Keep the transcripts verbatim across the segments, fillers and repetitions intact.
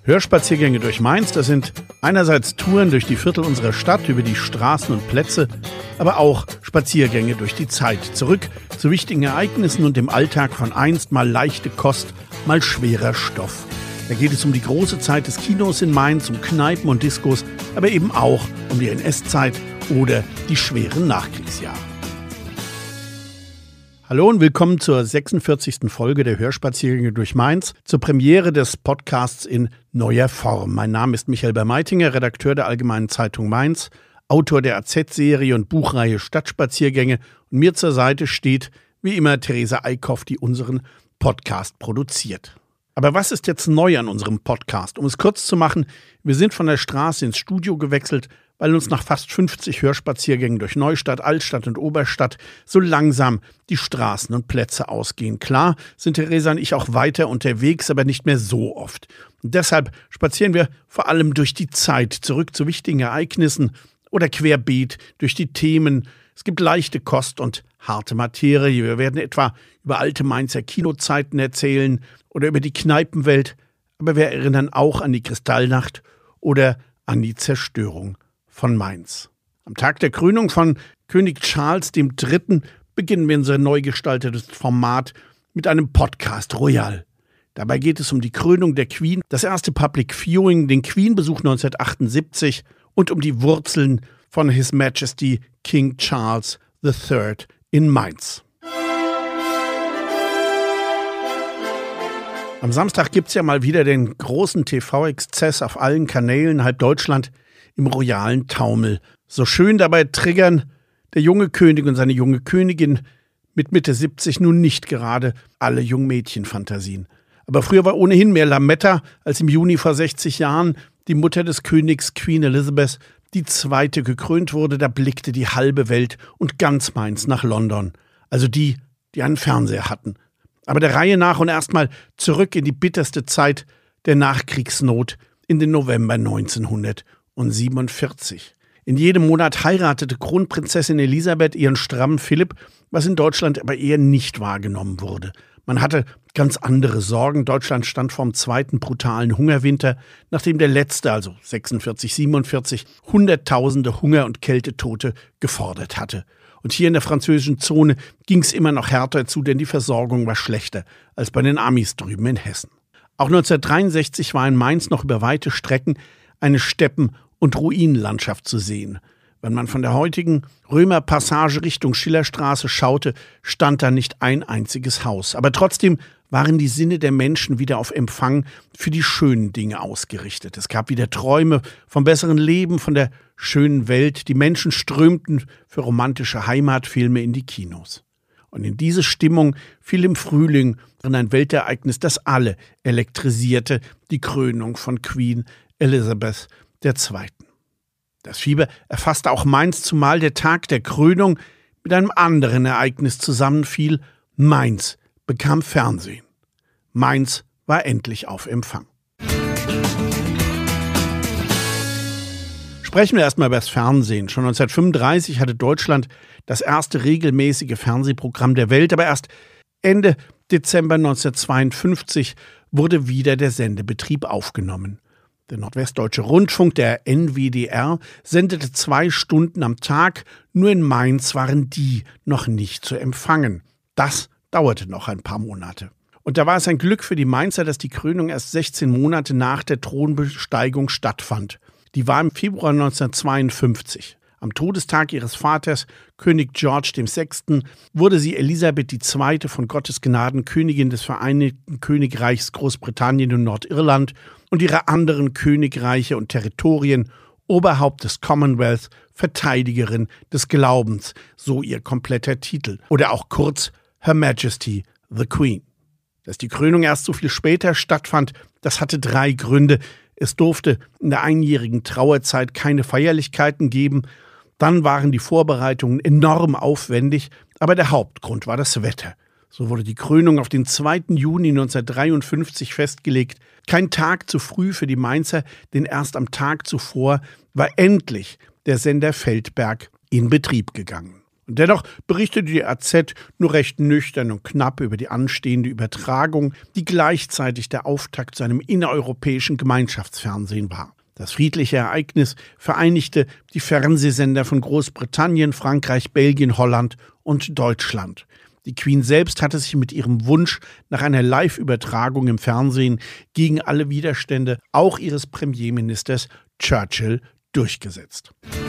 Hörspaziergänge durch Mainz, das sind einerseits Touren durch die Viertel unserer Stadt, über die Straßen und Plätze, aber auch Spaziergänge durch die Zeit, zurück zu wichtigen Ereignissen und dem Alltag von einst, mal leichte Kost, mal schwerer Stoff. Da geht es um die große Zeit des Kinos in Mainz, um Kneipen und Diskos, aber eben auch um die N S-Zeit oder die schweren Nachkriegsjahre. Hallo und willkommen zur sechsundvierzigsten Folge der Hörspaziergänge durch Mainz, zur Premiere des Podcasts in neuer Form. Mein Name ist Michael Bermeitinger, Redakteur der Allgemeinen Zeitung Mainz, Autor der A Z-Serie und Buchreihe Stadtspaziergänge, und mir zur Seite steht, wie immer, Theresa Eickhoff, die unseren Podcast produziert. Aber was ist jetzt neu an unserem Podcast? Um es kurz zu machen, wir sind von der Straße ins Studio gewechselt, weil uns nach fast fünfzig Hörspaziergängen durch Neustadt, Altstadt und Oberstadt so langsam die Straßen und Plätze ausgehen. Klar sind Theresa und ich auch weiter unterwegs, aber nicht mehr so oft. Und deshalb spazieren wir vor allem durch die Zeit, zurück zu wichtigen Ereignissen oder querbeet durch die Themen. Es gibt leichte Kost und harte Materie. Wir werden etwa über alte Mainzer Kinozeiten erzählen oder über die Kneipenwelt, aber wir erinnern auch an die Kristallnacht oder an die Zerstörung von Mainz. Am Tag der Krönung von König Charles der Dritte beginnen wir unser neu gestaltetes Format mit einem Podcast Royal. Dabei geht es um die Krönung der Queen, das erste Public Viewing, den Queen-Besuch neunzehnhundertachtundsiebzig und um die Wurzeln von His Majesty King Charles der Dritte in Mainz. Am Samstag gibt es ja mal wieder den großen T V-Exzess auf allen Kanälen, halb Deutschland im royalen Taumel. So schön dabei triggern der junge König und seine junge Königin mit Mitte siebzig nun nicht gerade alle Jungmädchenfantasien. Aber früher war ohnehin mehr Lametta, als im Juni vor sechzig Jahren die Mutter des Königs, Queen Elizabeth, die Zweite, gekrönt wurde. Da blickte die halbe Welt und ganz Mainz nach London. Also die, die einen Fernseher hatten. Aber der Reihe nach und erstmal zurück in die bitterste Zeit der Nachkriegsnot in den November neunzehnhundertsiebenundvierzig. In jedem Monat heiratete Kronprinzessin Elisabeth ihren strammen Philipp, was in Deutschland aber eher nicht wahrgenommen wurde. Man hatte ganz andere Sorgen. Deutschland stand vor dem zweiten brutalen Hungerwinter, nachdem der letzte, also sechsundvierzig, siebenundvierzig, Hunderttausende Hunger- und Kältetote gefordert hatte. Und hier in der französischen Zone ging es immer noch härter zu, denn die Versorgung war schlechter als bei den Amis drüben in Hessen. Auch neunzehnhundertdreiundsechzig war in Mainz noch über weite Strecken eine Steppen- und Ruinenlandschaft zu sehen. Wenn man von der heutigen Römerpassage Richtung Schillerstraße schaute, stand da nicht ein einziges Haus. Aber trotzdem waren die Sinne der Menschen wieder auf Empfang für die schönen Dinge ausgerichtet. Es gab wieder Träume vom besseren Leben, von der schönen Welt. Die Menschen strömten für romantische Heimatfilme in die Kinos. Und in diese Stimmung fiel im Frühling ein Weltereignis, das alle elektrisierte, die Krönung von Queen Elizabeth der Zweite. Das Fieber erfasste auch Mainz, zumal der Tag der Krönung mit einem anderen Ereignis zusammenfiel. Mainz bekam Fernsehen. Mainz war endlich auf Empfang. Sprechen wir erstmal über das Fernsehen. Schon neunzehnhundertfünfunddreißig hatte Deutschland das erste regelmäßige Fernsehprogramm der Welt, aber erst Ende Dezember neunzehnhundertzweiundfünfzig wurde wieder der Sendebetrieb aufgenommen. Der Nordwestdeutsche Rundfunk, der N W D R, sendete zwei Stunden am Tag. Nur in Mainz waren die noch nicht zu empfangen. Das dauerte noch ein paar Monate. Und da war es ein Glück für die Mainzer, dass die Krönung erst sechzehn Monate nach der Thronbesteigung stattfand. Die war im Februar neunzehnhundertzweiundfünfzig. Am Todestag ihres Vaters, König George der Sechste., wurde sie Elisabeth die Zweite von Gottes Gnaden Königin des Vereinigten Königreichs Großbritannien und Nordirland und ihrer anderen Königreiche und Territorien, Oberhaupt des Commonwealth, Verteidigerin des Glaubens, so ihr kompletter Titel. Oder auch kurz Her Majesty the Queen. Dass die Krönung erst so viel später stattfand, das hatte drei Gründe. Es durfte in der einjährigen Trauerzeit keine Feierlichkeiten geben. Dann waren die Vorbereitungen enorm aufwendig, aber der Hauptgrund war das Wetter. So wurde die Krönung auf den zweiten Juni neunzehnhundertdreiundfünfzig festgelegt. Kein Tag zu früh für die Mainzer, denn erst am Tag zuvor war endlich der Sender Feldberg in Betrieb gegangen. Und dennoch berichtete die A Z nur recht nüchtern und knapp über die anstehende Übertragung, die gleichzeitig der Auftakt zu einem innereuropäischen Gemeinschaftsfernsehen war. Das friedliche Ereignis vereinigte die Fernsehsender von Großbritannien, Frankreich, Belgien, Holland und Deutschland. Die Queen selbst hatte sich mit ihrem Wunsch nach einer Live-Übertragung im Fernsehen gegen alle Widerstände, auch ihres Premierministers Churchill, durchgesetzt.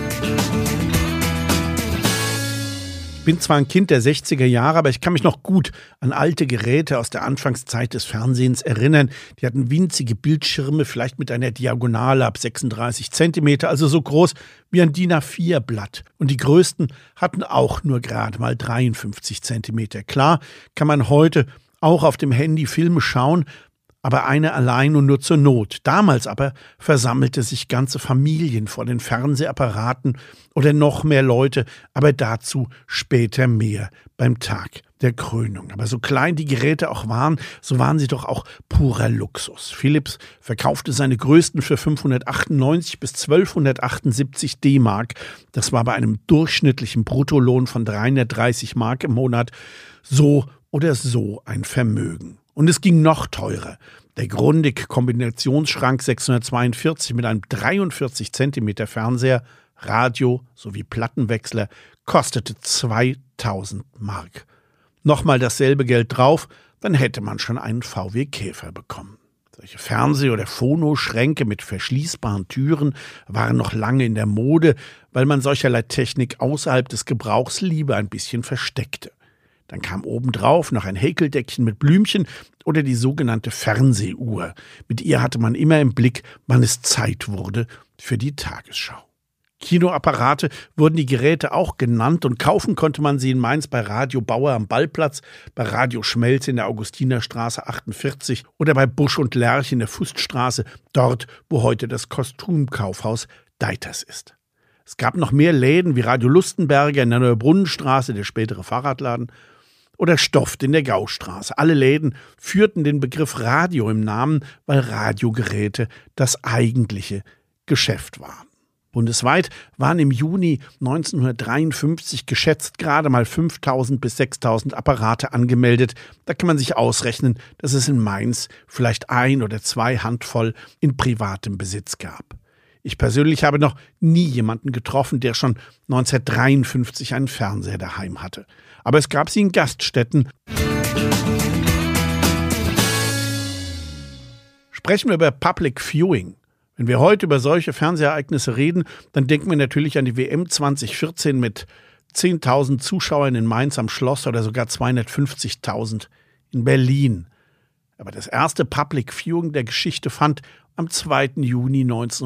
Ich bin zwar ein Kind der sechziger Jahre, aber ich kann mich noch gut an alte Geräte aus der Anfangszeit des Fernsehens erinnern. Die hatten winzige Bildschirme, vielleicht mit einer Diagonale ab sechsunddreißig Zentimeter, also so groß wie ein D I N A vier Blatt. Und die größten hatten auch nur gerade mal dreiundfünfzig Zentimeter. Klar kann man heute auch auf dem Handy Filme schauen, aber eine allein und nur zur Not. Damals aber versammelte sich ganze Familien vor den Fernsehapparaten oder noch mehr Leute, aber dazu später mehr beim Tag der Krönung. Aber so klein die Geräte auch waren, so waren sie doch auch purer Luxus. Philips verkaufte seine größten für fünfhundertachtundneunzig bis zwölfhundertachtundsiebzig D-Mark. Das war bei einem durchschnittlichen Bruttolohn von dreihundertdreißig Mark im Monat so oder so ein Vermögen. Und es ging noch teurer. Der Grundig-Kombinationsschrank sechshundertzweiundvierzig mit einem dreiundvierzig Zentimeter Fernseher, Radio sowie Plattenwechsler kostete zweitausend Mark. Nochmal dasselbe Geld drauf, dann hätte man schon einen V W Käfer bekommen. Solche Fernseh- oder Phonoschränke mit verschließbaren Türen waren noch lange in der Mode, weil man solcherlei Technik außerhalb des Gebrauchs lieber ein bisschen versteckte. Dann kam obendrauf noch ein Häkeldeckchen mit Blümchen oder die sogenannte Fernsehuhr. Mit ihr hatte man immer im Blick, wann es Zeit wurde für die Tagesschau. Kinoapparate wurden die Geräte auch genannt und kaufen konnte man sie in Mainz bei Radio Bauer am Ballplatz, bei Radio Schmelz in der Augustinerstraße achtundvierzig oder bei Busch und Lerch in der Fuststraße, dort, wo heute das Kostümkaufhaus Deiters ist. Es gab noch mehr Läden wie Radio Lustenberger in der Neubrunnenstraße, der spätere Fahrradladen, oder Stofft in der Gaustraße. Alle Läden führten den Begriff Radio im Namen, weil Radiogeräte das eigentliche Geschäft waren. Bundesweit waren im Juni neunzehnhundertdreiundfünfzig geschätzt gerade mal fünftausend bis sechstausend Apparate angemeldet. Da kann man sich ausrechnen, dass es in Mainz vielleicht ein oder zwei Handvoll in privatem Besitz gab. Ich persönlich habe noch nie jemanden getroffen, der schon neunzehnhundertdreiundfünfzig einen Fernseher daheim hatte. Aber es gab sie in Gaststätten. Sprechen wir über Public Viewing. Wenn wir heute über solche Fernsehereignisse reden, dann denken wir natürlich an die W M zweitausendvierzehn mit zehntausend Zuschauern in Mainz am Schloss oder sogar zweihundertfünfzigtausend in Berlin. Aber das erste Public Viewing der Geschichte fand am zweiten Juni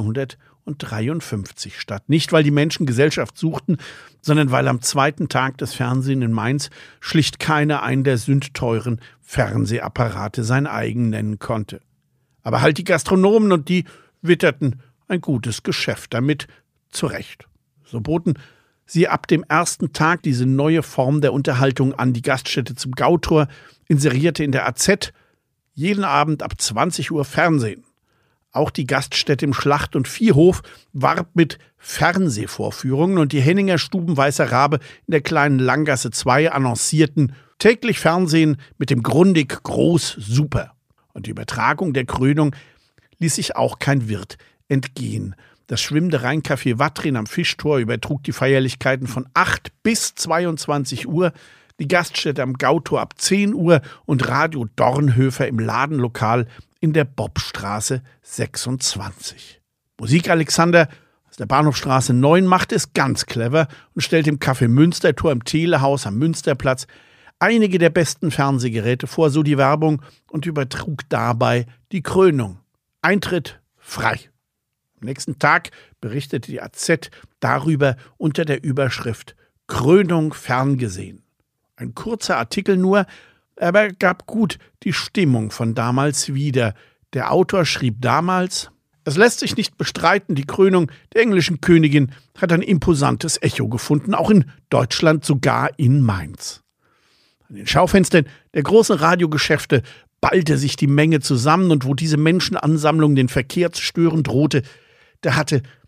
neunzehnhundertdreiundfünfzig statt. Nicht, weil die Menschen Gesellschaft suchten, sondern weil am zweiten Tag des Fernsehens in Mainz schlicht keiner einen der sündteuren Fernsehapparate sein eigen nennen konnte. Aber halt die Gastronomen und die witterten ein gutes Geschäft damit zurecht. So boten sie ab dem ersten Tag diese neue Form der Unterhaltung an. Die Gaststätte zum Gautor inserierte in der A Z jeden Abend ab zwanzig Uhr Fernsehen. Auch die Gaststätte im Schlacht- und Viehhof warb mit Fernsehvorführungen und die Henninger Stuben Weißer Rabe in der kleinen Langgasse zwei annoncierten täglich Fernsehen mit dem Grundig Groß Super. Und die Übertragung der Krönung ließ sich auch kein Wirt entgehen. Das schwimmende Rheincafé Wattrin am Fischtor übertrug die Feierlichkeiten von acht bis zweiundzwanzig Uhr, die Gaststätte am Gautor ab zehn Uhr und Radio Dornhöfer im Ladenlokal in der Bobstraße sechsundzwanzig. Musik Alexander aus der Bahnhofstraße neun machte es ganz clever und stellte im Café Münstertor im Telehaus am Münsterplatz einige der besten Fernsehgeräte vor, so die Werbung, und übertrug dabei die Krönung. Eintritt frei. Am nächsten Tag berichtete die A Z darüber unter der Überschrift Krönung ferngesehen. Ein kurzer Artikel nur, aber gab gut die Stimmung von damals wieder. Der Autor schrieb damals: Es lässt sich nicht bestreiten, die Krönung der englischen Königin hat ein imposantes Echo gefunden, auch in Deutschland, sogar in Mainz. An den Schaufenstern der großen Radiogeschäfte ballte sich die Menge zusammen, und wo diese Menschenansammlung den Verkehr zu stören drohte, da hatte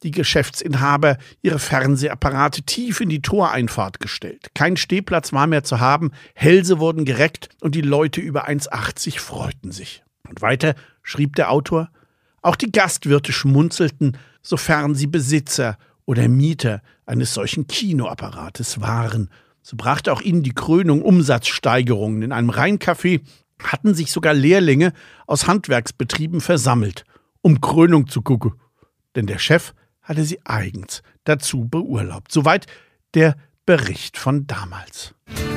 die Geschäftsinhaber ihre Fernsehapparate tief in die Toreinfahrt gestellt. Kein Stehplatz war mehr zu haben, Hälse wurden gereckt und die Leute über eins achtzig freuten sich. Und weiter schrieb der Autor: Auch die Gastwirte schmunzelten, sofern sie Besitzer oder Mieter eines solchen Kinoapparates waren. So brachte auch ihnen die Krönung Umsatzsteigerungen. In einem Rheincafé hatten sich sogar Lehrlinge aus Handwerksbetrieben versammelt, um Krönung zu gucken. Denn der Chef hatte sie eigens dazu beurlaubt. Soweit der Bericht von damals.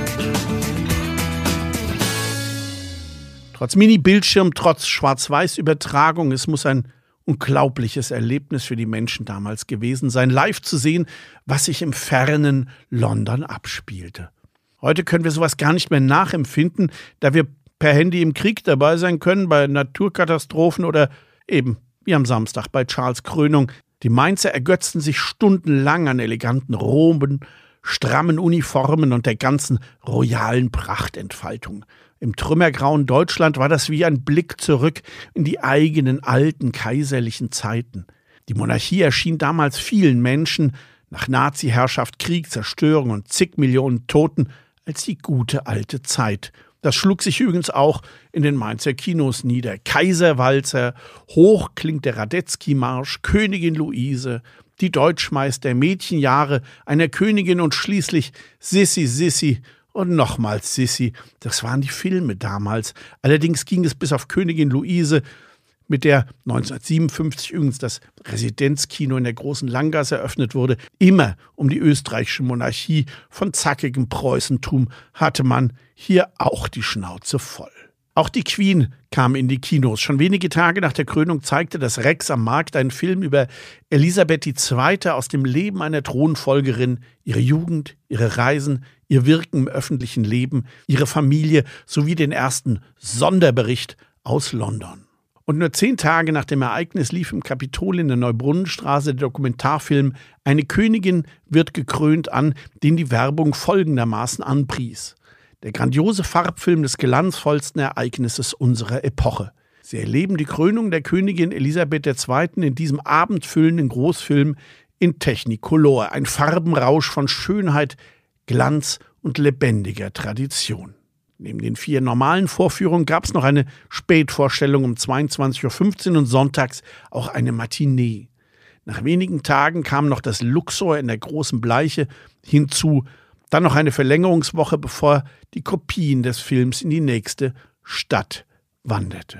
Trotz Mini-Bildschirm, trotz Schwarz-Weiß-Übertragung, es muss ein unglaubliches Erlebnis für die Menschen damals gewesen sein, live zu sehen, was sich im fernen London abspielte. Heute können wir sowas gar nicht mehr nachempfinden, da wir per Handy im Krieg dabei sein können, bei Naturkatastrophen oder eben wie am Samstag bei Charles' Krönung. Die Mainzer ergötzten sich stundenlang an eleganten Roben, strammen Uniformen und der ganzen royalen Prachtentfaltung. Im trümmergrauen Deutschland war das wie ein Blick zurück in die eigenen alten kaiserlichen Zeiten. Die Monarchie erschien damals vielen Menschen, nach Nazi-Herrschaft, Krieg, Zerstörung und zig Millionen Toten, als die gute alte Zeit. Das schlug sich übrigens auch in den Mainzer Kinos nieder. Kaiserwalzer, hoch klingt der Radetzky-Marsch, Königin Luise, die Deutschmeister, Mädchenjahre einer Königin und schließlich Sissi, Sissi und nochmals Sissi. Das waren die Filme damals. Allerdings ging es bis auf Königin Luise, mit der neunzehnhundertsiebenundfünfzig übrigens das Residenzkino in der Großen Langgasse eröffnet wurde, immer um die österreichische Monarchie. Von zackigem Preußentum hatte man hier auch die Schnauze voll. Auch die Queen kam in die Kinos. Schon wenige Tage nach der Krönung zeigte das Rex am Markt einen Film über Elisabeth die Zweite aus dem Leben einer Thronfolgerin, ihre Jugend, ihre Reisen, ihr Wirken im öffentlichen Leben, ihre Familie sowie den ersten Sonderbericht aus London. Und nur zehn Tage nach dem Ereignis lief im Kapitol in der Neubrunnenstraße der Dokumentarfilm Eine Königin wird gekrönt an, den die Werbung folgendermaßen anpries: Der grandiose Farbfilm des glanzvollsten Ereignisses unserer Epoche. Sie erleben die Krönung der Königin Elisabeth der Zweite in diesem abendfüllenden Großfilm in Technicolor. Ein Farbenrausch von Schönheit, Glanz und lebendiger Tradition. Neben den vier normalen Vorführungen gab es noch eine Spätvorstellung um zweiundzwanzig Uhr fünfzehn und sonntags auch eine Matinee. Nach wenigen Tagen kam noch das Luxor in der großen Bleiche hinzu, dann noch eine Verlängerungswoche, bevor die Kopien des Films in die nächste Stadt wanderte.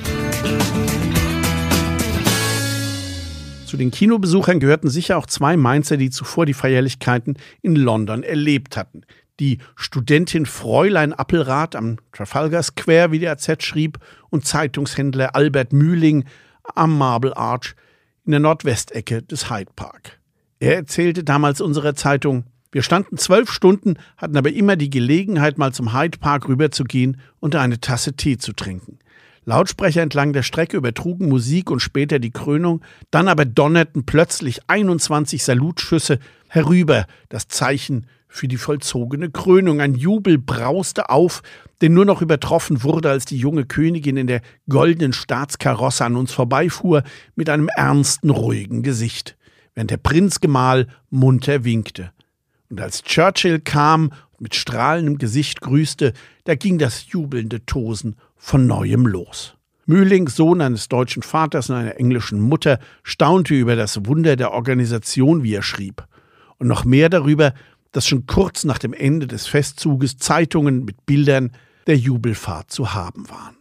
Zu den Kinobesuchern gehörten sicher auch zwei Mainzer, die zuvor die Feierlichkeiten in London erlebt hatten. Die Studentin Fräulein Appelrath am Trafalgar Square, wie die A Z schrieb, und Zeitungshändler Albert Mühling am Marble Arch in der Nordwestecke des Hyde Park. Er erzählte damals unserer Zeitung: Wir standen zwölf Stunden, hatten aber immer die Gelegenheit, mal zum Hyde Park rüberzugehen und eine Tasse Tee zu trinken. Lautsprecher entlang der Strecke übertrugen Musik und später die Krönung, dann aber donnerten plötzlich einundzwanzig Salutschüsse herüber, das Zeichen für die vollzogene Krönung. Ein Jubel brauste auf, der nur noch übertroffen wurde, als die junge Königin in der goldenen Staatskarosse an uns vorbeifuhr, mit einem ernsten, ruhigen Gesicht, während der Prinzgemahl munter winkte. Und als Churchill kam und mit strahlendem Gesicht grüßte, da ging das jubelnde Tosen von neuem los. Mühling, Sohn eines deutschen Vaters und einer englischen Mutter, staunte über das Wunder der Organisation, wie er schrieb. Und noch mehr darüber, dass schon kurz nach dem Ende des Festzuges Zeitungen mit Bildern der Jubelfahrt zu haben waren.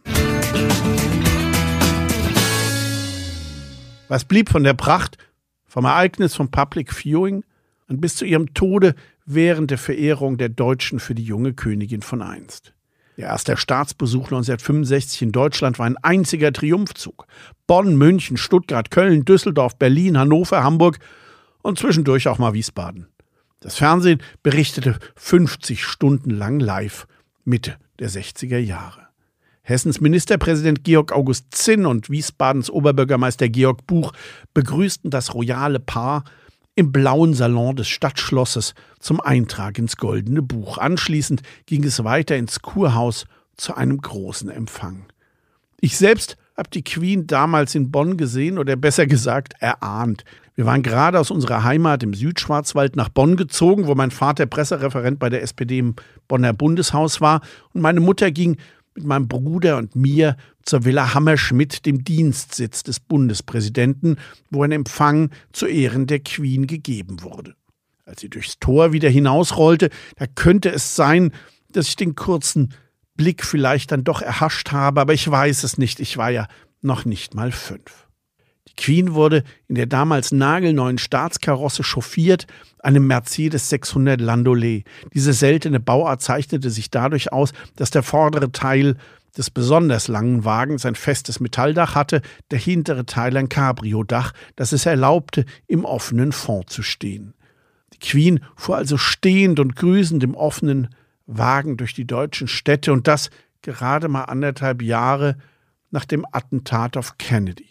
Was blieb von der Pracht, vom Ereignis vom Public Viewing und bis zu ihrem Tode während der Verehrung der Deutschen für die junge Königin von einst? Der erste Staatsbesuch neunzehnhundertfünfundsechzig in Deutschland war ein einziger Triumphzug. Bonn, München, Stuttgart, Köln, Düsseldorf, Berlin, Hannover, Hamburg und zwischendurch auch mal Wiesbaden. Das Fernsehen berichtete fünfzig Stunden lang live, Mitte der sechziger Jahre. Hessens Ministerpräsident Georg August Zinn und Wiesbadens Oberbürgermeister Georg Buch begrüßten das royale Paar im blauen Salon des Stadtschlosses zum Eintrag ins Goldene Buch. Anschließend ging es weiter ins Kurhaus zu einem großen Empfang. Ich selbst habe die Queen damals in Bonn gesehen oder besser gesagt erahnt. Wir waren gerade aus unserer Heimat im Südschwarzwald nach Bonn gezogen, wo mein Vater Pressereferent bei der S P D im Bonner Bundeshaus war. Und meine Mutter ging mit meinem Bruder und mir zur Villa Hammerschmidt, dem Dienstsitz des Bundespräsidenten, wo ein Empfang zu Ehren der Queen gegeben wurde. Als sie durchs Tor wieder hinausrollte, da könnte es sein, dass ich den kurzen Blick vielleicht dann doch erhascht habe, aber ich weiß es nicht, ich war ja noch nicht mal fünf. Die Queen wurde in der damals nagelneuen Staatskarosse chauffiert, einem Mercedes sechshundert Landaulet. Diese seltene Bauart zeichnete sich dadurch aus, dass der vordere Teil des besonders langen Wagens ein festes Metalldach hatte, der hintere Teil ein Cabrio-Dach, das es erlaubte, im offenen Fond zu stehen. Die Queen fuhr also stehend und grüßend im offenen Wagen durch die deutschen Städte und das gerade mal anderthalb Jahre nach dem Attentat auf Kennedy.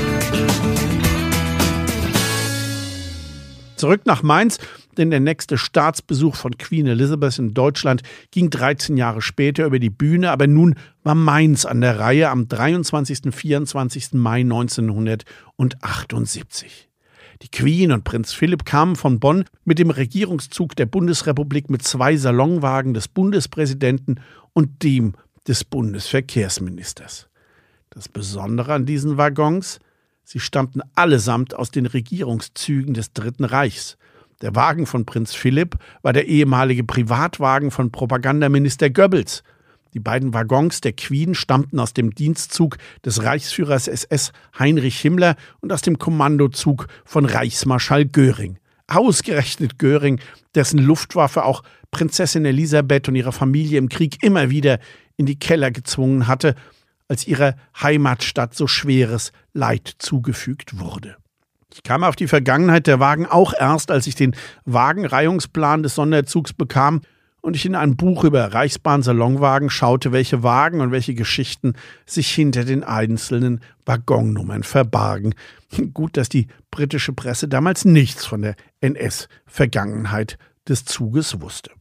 Zurück nach Mainz, denn der nächste Staatsbesuch von Queen Elizabeth in Deutschland ging dreizehn Jahre später über die Bühne, aber nun war Mainz an der Reihe am dreiundzwanzigsten und vierundzwanzigsten Mai neunzehnhundertachtundsiebzig. Die Queen und Prinz Philipp kamen von Bonn mit dem Regierungszug der Bundesrepublik mit zwei Salonwagen des Bundespräsidenten und dem des Bundesverkehrsministers. Das Besondere an diesen Waggons: sie stammten allesamt aus den Regierungszügen des Dritten Reichs. Der Wagen von Prinz Philipp war der ehemalige Privatwagen von Propagandaminister Goebbels. Die beiden Waggons der Queen stammten aus dem Dienstzug des Reichsführers S S Heinrich Himmler und aus dem Kommandozug von Reichsmarschall Göring. Ausgerechnet Göring, dessen Luftwaffe auch Prinzessin Elisabeth und ihre Familie im Krieg immer wieder in die Keller gezwungen hatte, als ihrer Heimatstadt so schweres Leid zugefügt wurde. Ich kam auf die Vergangenheit der Wagen auch erst, als ich den Wagenreihungsplan des Sonderzugs bekam und ich in ein Buch über Reichsbahn-Salonwagen schaute, welche Wagen und welche Geschichten sich hinter den einzelnen Waggonnummern verbargen. Gut, dass die britische Presse damals nichts von der N S-Vergangenheit des Zuges wusste.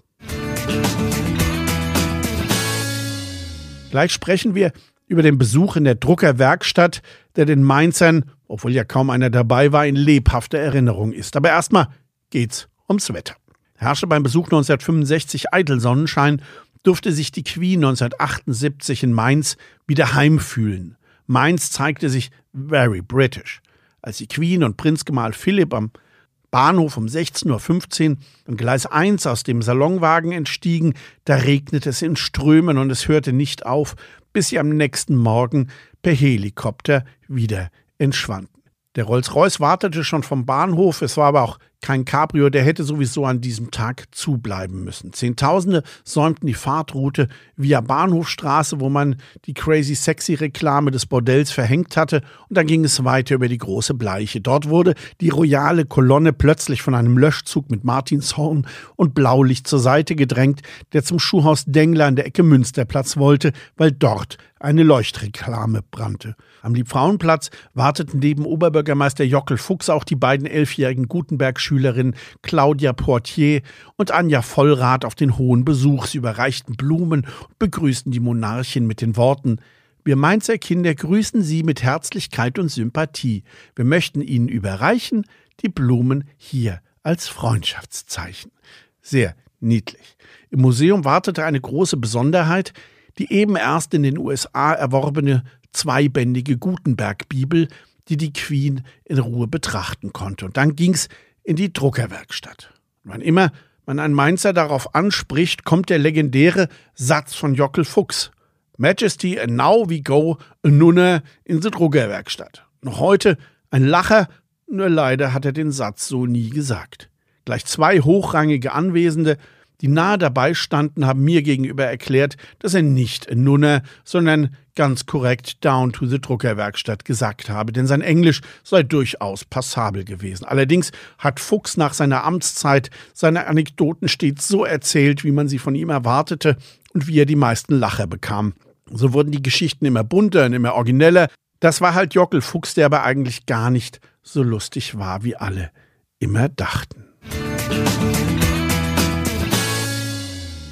Gleich sprechen wir über den Besuch in der Druckerwerkstatt, der den Mainzern, obwohl ja kaum einer dabei war, in lebhafter Erinnerung ist. Aber erstmal geht's ums Wetter. Herrschte beim Besuch neunzehnhundertfünfundsechzig eitel Sonnenschein, durfte sich die Queen neunzehnhundertachtundsiebzig in Mainz wieder heimfühlen. Mainz zeigte sich very British. Als die Queen und Prinzgemahl Philipp am Bahnhof um sechzehn Uhr fünfzehn an Gleis eins aus dem Salonwagen entstiegen, da regnete es in Strömen und es hörte nicht auf, bis sie am nächsten Morgen per Helikopter wieder entschwanden. Der Rolls-Royce wartete schon vom Bahnhof, es war aber auch kein Cabrio, der hätte sowieso an diesem Tag zubleiben müssen. Zehntausende säumten die Fahrtroute via Bahnhofstraße, wo man die Crazy Sexy Reklame des Bordells verhängt hatte, und dann ging es weiter über die Große Bleiche. Dort wurde die royale Kolonne plötzlich von einem Löschzug mit Martinshorn und Blaulicht zur Seite gedrängt, der zum Schuhhaus Dengler an der Ecke Münsterplatz wollte, weil dort eine Leuchtreklame brannte. Am Liebfrauenplatz warteten neben Oberbürgermeister Jockel Fuchs auch die beiden elfjährigen Gutenberg-Schülerinnen Claudia Portier und Anja Vollrath auf den hohen Besuch. Sie überreichten Blumen und begrüßten die Monarchin mit den Worten: Wir Mainzer Kinder grüßen Sie mit Herzlichkeit und Sympathie. Wir möchten Ihnen überreichen die Blumen hier als Freundschaftszeichen. Sehr niedlich. Im Museum wartete eine große Besonderheit: die eben erst in den U S A erworbene zweibändige Gutenberg-Bibel, die die Queen in Ruhe betrachten konnte. Und dann ging's in die Druckerwerkstatt. Und wann immer man einen Mainzer darauf anspricht, kommt der legendäre Satz von Jockel Fuchs: Majesty, and now we go nunne in die Druckerwerkstatt. Noch heute ein Lacher, nur leider hat er den Satz so nie gesagt. Gleich zwei hochrangige Anwesende, die nahe dabei standen, haben mir gegenüber erklärt, dass er nicht Nunne, sondern ganz korrekt down to the Druckerwerkstatt gesagt habe, denn sein Englisch sei durchaus passabel gewesen. Allerdings hat Fuchs nach seiner Amtszeit seine Anekdoten stets so erzählt, wie man sie von ihm erwartete und wie er die meisten Lacher bekam. So wurden die Geschichten immer bunter und immer origineller. Das war halt Jockel Fuchs, der aber eigentlich gar nicht so lustig war, wie alle immer dachten.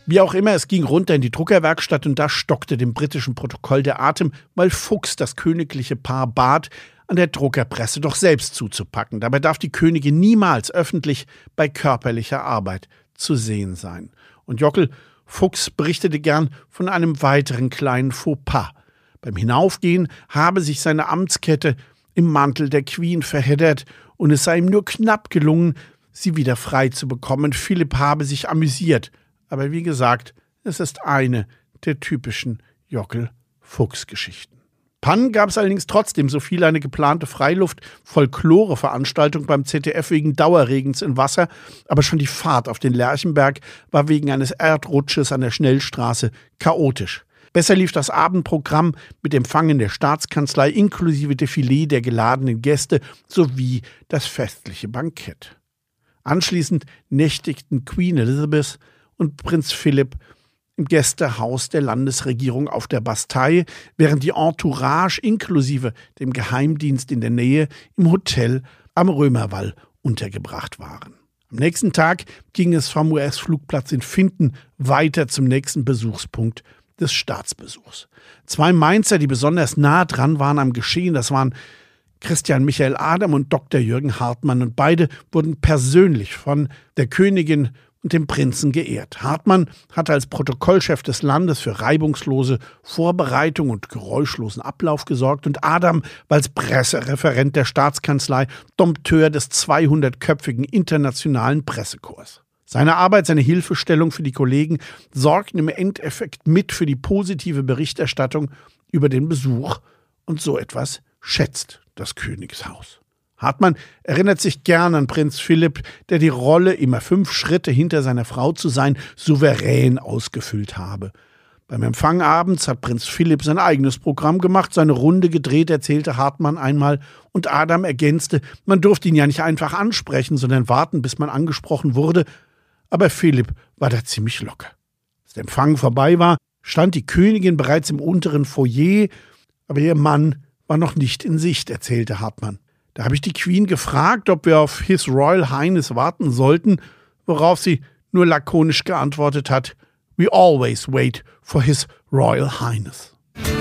Wie auch immer, es ging runter in die Druckerwerkstatt und da stockte dem britischen Protokoll der Atem, weil Fuchs das königliche Paar bat, an der Druckerpresse doch selbst zuzupacken. Dabei darf die Königin niemals öffentlich bei körperlicher Arbeit zu sehen sein. Und Jockel Fuchs berichtete gern von einem weiteren kleinen Fauxpas. Beim Hinaufgehen habe sich seine Amtskette im Mantel der Queen verheddert und es sei ihm nur knapp gelungen, sie wieder frei zu bekommen. Philipp habe sich amüsiert. Aber wie gesagt, es ist eine der typischen Jockel-Fuchs-Geschichten. Pannen gab es allerdings trotzdem, so fiel eine geplante Freiluft-Folklore-Veranstaltung beim Z D F wegen Dauerregens in Wasser, aber schon die Fahrt auf den Lerchenberg war wegen eines Erdrutsches an der Schnellstraße chaotisch. Besser lief das Abendprogramm mit Empfang in der Staatskanzlei inklusive Defilé der geladenen Gäste sowie das festliche Bankett. Anschließend nächtigten Queen Elizabeth und Prinz Philipp im Gästehaus der Landesregierung auf der Bastei, während die Entourage inklusive dem Geheimdienst in der Nähe im Hotel am Römerwall untergebracht waren. Am nächsten Tag ging es vom U S-Flugplatz in Finden weiter zum nächsten Besuchspunkt des Staatsbesuchs. Zwei Mainzer, die besonders nah dran waren am Geschehen, das waren Christian Michael Adam und Doktor Jürgen Hartmann, und beide wurden persönlich von der Königin und dem Prinzen geehrt. Hartmann hatte als Protokollchef des Landes für reibungslose Vorbereitung und geräuschlosen Ablauf gesorgt und Adam war als Pressereferent der Staatskanzlei Dompteur des zweihundertköpfigen internationalen Pressekorps. Seine Arbeit, seine Hilfestellung für die Kollegen sorgten im Endeffekt mit für die positive Berichterstattung über den Besuch, und so etwas schätzt das Königshaus. Hartmann erinnert sich gern an Prinz Philipp, der die Rolle, immer fünf Schritte hinter seiner Frau zu sein, souverän ausgefüllt habe. Beim Empfang abends hat Prinz Philipp sein eigenes Programm gemacht, seine Runde gedreht, erzählte Hartmann einmal, und Adam ergänzte, man durfte ihn ja nicht einfach ansprechen, sondern warten, bis man angesprochen wurde. Aber Philipp war da ziemlich locker. Als der Empfang vorbei war, stand die Königin bereits im unteren Foyer, aber ihr Mann war noch nicht in Sicht, erzählte Hartmann. Da habe ich die Queen gefragt, ob wir auf His Royal Highness warten sollten, worauf sie nur lakonisch geantwortet hat, We always wait for His Royal Highness.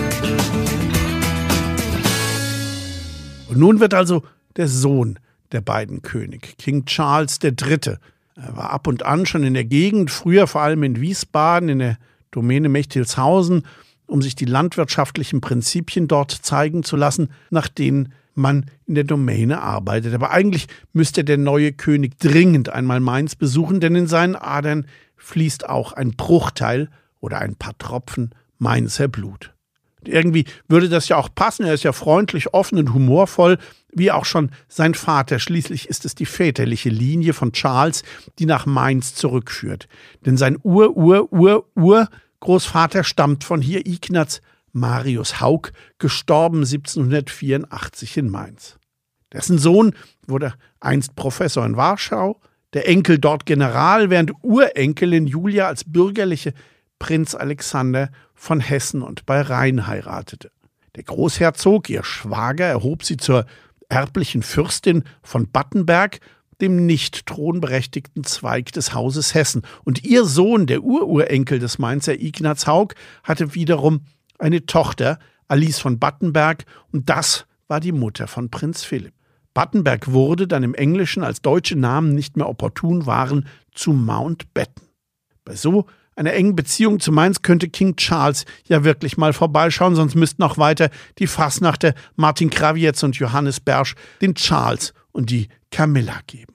Und nun wird also der Sohn der beiden Könige, King Charles der Dritte. Er war ab und an schon in der Gegend, früher vor allem in Wiesbaden, in der Domäne Mechtilshausen, um sich die landwirtschaftlichen Prinzipien dort zeigen zu lassen, nach denen man in der Domäne arbeitet. Aber eigentlich müsste der neue König dringend einmal Mainz besuchen, denn in seinen Adern fließt auch ein Bruchteil oder ein paar Tropfen Mainzer Blut. Und irgendwie würde das ja auch passen, er ist ja freundlich, offen und humorvoll, wie auch schon sein Vater. Schließlich ist es die väterliche Linie von Charles, die nach Mainz zurückführt. Denn sein Ur-Ur-Ur-Ur-Großvater stammt von hier, Ignaz Marius Haug, gestorben siebzehnhundertvierundachtzig in Mainz. Dessen Sohn wurde einst Professor in Warschau, der Enkel dort General, während Urenkelin Julia als bürgerliche Prinz Alexander von Hessen und bei Rhein heiratete. Der Großherzog, ihr Schwager, erhob sie zur erblichen Fürstin von Battenberg, dem nicht thronberechtigten Zweig des Hauses Hessen. Und ihr Sohn, der Ururenkel des Mainzer Ignaz Haug, hatte wiederum eine Tochter, Alice von Battenberg, und das war die Mutter von Prinz Philipp. Battenberg wurde dann im Englischen, als deutsche Namen nicht mehr opportun waren, zu Mountbatten. Bei so einer engen Beziehung zu Mainz könnte King Charles ja wirklich mal vorbeischauen, sonst müssten auch weiter die Fassnachter Martin Krawietz und Johannes Bersch den Charles und die Camilla geben.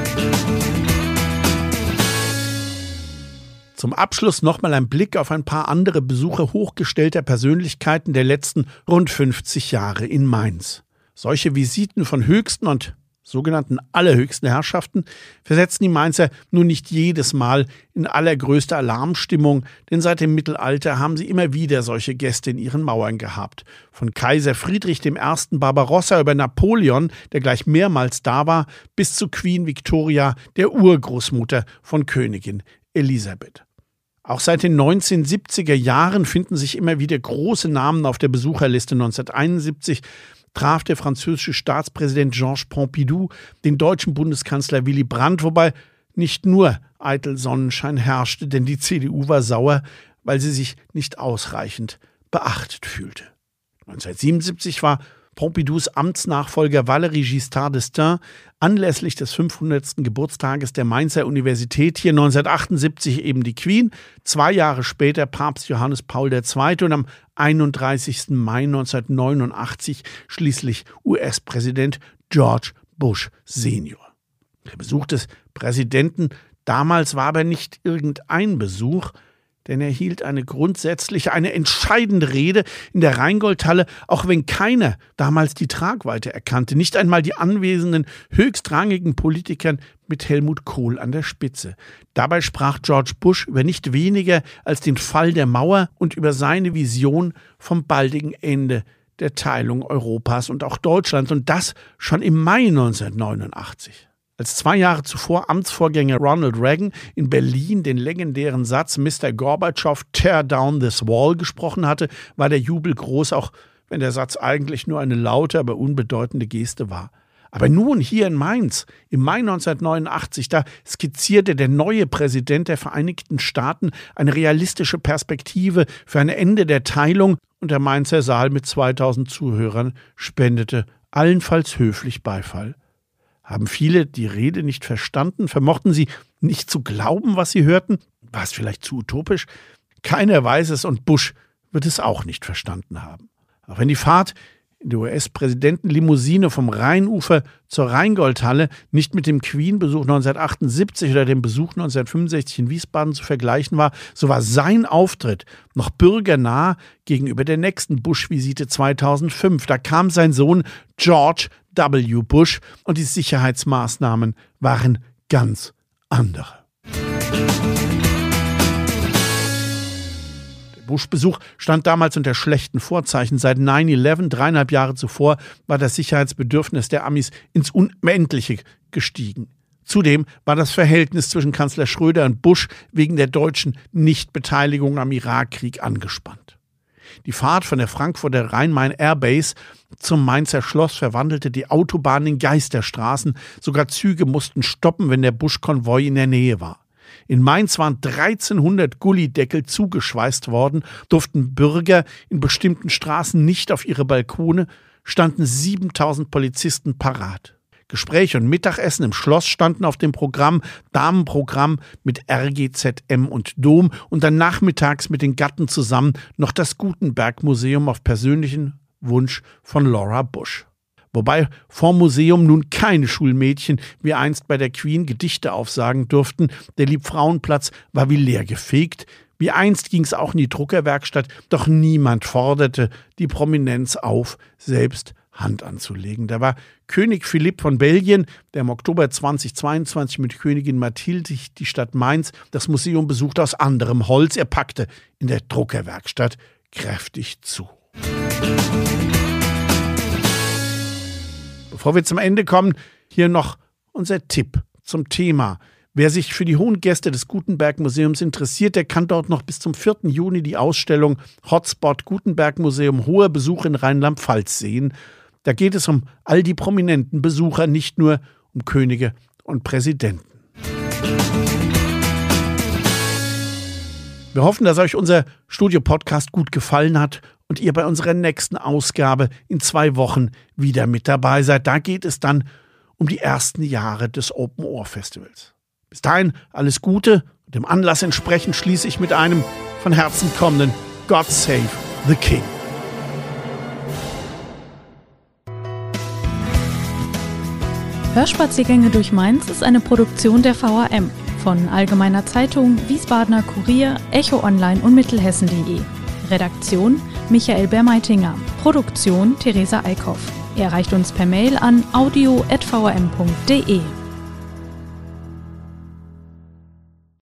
Zum Abschluss nochmal ein Blick auf ein paar andere Besuche hochgestellter Persönlichkeiten der letzten rund fünfzig Jahre in Mainz. Solche Visiten von höchsten und sogenannten allerhöchsten Herrschaften versetzen die Mainzer nun nicht jedes Mal in allergrößte Alarmstimmung, denn seit dem Mittelalter haben sie immer wieder solche Gäste in ihren Mauern gehabt. Von Kaiser Friedrich der Erste. Barbarossa über Napoleon, der gleich mehrmals da war, bis zu Queen Victoria, der Urgroßmutter von Königin Elisabeth. Auch seit den neunzehnhundertsiebziger Jahren finden sich immer wieder große Namen auf der Besucherliste. neunzehnhunderteinundsiebzig traf der französische Staatspräsident Georges Pompidou den deutschen Bundeskanzler Willy Brandt, wobei nicht nur eitel Sonnenschein herrschte, denn die C D U war sauer, weil sie sich nicht ausreichend beachtet fühlte. neunzehnhundertsiebenundsiebzig war Pompidous Amtsnachfolger Valéry Giscard d'Estaing anlässlich des fünfhundertsten Geburtstages der Mainzer Universität, hier neunzehnhundertachtundsiebzig eben die Queen, zwei Jahre später Papst Johannes Paul der Zweite und am einunddreißigsten Mai neunzehnhundertneunundachtzig schließlich U S-Präsident George Bush Senior. Der Besuch des Präsidenten damals war aber nicht irgendein Besuch, denn er hielt eine grundsätzliche, eine entscheidende Rede in der Rheingoldhalle, auch wenn keiner damals die Tragweite erkannte, nicht einmal die anwesenden höchstrangigen Politikern mit Helmut Kohl an der Spitze. Dabei sprach George Bush über nicht weniger als den Fall der Mauer und über seine Vision vom baldigen Ende der Teilung Europas und auch Deutschlands, und das schon im Mai neunzehnhundertneunundachtzig. Als zwei Jahre zuvor Amtsvorgänger Ronald Reagan in Berlin den legendären Satz Mister Gorbatschow, tear down this wall gesprochen hatte, war der Jubel groß, auch wenn der Satz eigentlich nur eine laute, aber unbedeutende Geste war. Aber nun hier in Mainz, im Mai neunzehnhundertneunundachtzig, da skizzierte der neue Präsident der Vereinigten Staaten eine realistische Perspektive für ein Ende der Teilung, und der Mainzer Saal mit zweitausend Zuhörern spendete allenfalls höflich Beifall. Haben viele die Rede nicht verstanden? Vermochten sie nicht zu glauben, was sie hörten? War es vielleicht zu utopisch? Keiner weiß es, und Bush wird es auch nicht verstanden haben. Auch wenn die Fahrt in der U S-Präsidentenlimousine vom Rheinufer zur Rheingoldhalle nicht mit dem Queen-Besuch neunzehnhundertachtundsiebzig oder dem Besuch neunzehnhundertfünfundsechzig in Wiesbaden zu vergleichen war, so war sein Auftritt noch bürgernah gegenüber der nächsten Bush-Visite zweitausendfünf. Da kam sein Sohn George W. Bush und die Sicherheitsmaßnahmen waren ganz andere. Bush-Besuch stand damals unter schlechten Vorzeichen. Seit neun elf, dreieinhalb Jahre zuvor, war das Sicherheitsbedürfnis der Amis ins Unendliche gestiegen. Zudem war das Verhältnis zwischen Kanzler Schröder und Bush wegen der deutschen Nichtbeteiligung am Irakkrieg angespannt. Die Fahrt von der Frankfurter Rhein-Main Airbase zum Mainzer Schloss verwandelte die Autobahn in Geisterstraßen. Sogar Züge mussten stoppen, wenn der Bush-Konvoi in der Nähe war. In Mainz waren dreizehnhundert Gullideckel zugeschweißt worden, durften Bürger in bestimmten Straßen nicht auf ihre Balkone, standen siebentausend Polizisten parat. Gespräche und Mittagessen im Schloss standen auf dem Programm, Damenprogramm mit R G Z M und Dom und dann nachmittags mit den Gatten zusammen noch das Gutenberg-Museum auf persönlichen Wunsch von Laura Bush. Wobei vorm Museum nun keine Schulmädchen wie einst bei der Queen Gedichte aufsagen durften. Der Liebfrauenplatz war wie leer gefegt. Wie einst ging es auch in die Druckerwerkstatt, doch niemand forderte die Prominenz auf, selbst Hand anzulegen. Da war König Philipp von Belgien, der im Oktober zweitausendzweiundzwanzig mit Königin Mathilde die Stadt Mainz das Museum besuchte, aus anderem Holz. Er packte in der Druckerwerkstatt kräftig zu. Bevor wir zum Ende kommen, hier noch unser Tipp zum Thema. Wer sich für die hohen Gäste des Gutenberg-Museums interessiert, der kann dort noch bis zum vierten Juni die Ausstellung Hotspot Gutenberg-Museum hoher Besuch in Rheinland-Pfalz sehen. Da geht es um all die prominenten Besucher, nicht nur um Könige und Präsidenten. Wir hoffen, dass euch unser Studio-Podcast gut gefallen hat und ihr bei unserer nächsten Ausgabe in zwei Wochen wieder mit dabei seid. Da geht es dann um die ersten Jahre des Open Ohr Festivals. Bis dahin alles Gute und dem Anlass entsprechend schließe ich mit einem von Herzen kommenden God Save the King. Hörspaziergänge durch Mainz ist eine Produktion der V A M von Allgemeiner Zeitung, Wiesbadener Kurier, Echo Online und Mittelhessen punkt de. Redaktion Michael Bermeitinger. Produktion Theresa Eickhoff. Ihr erreicht uns per Mail an audio at v a m punkt de.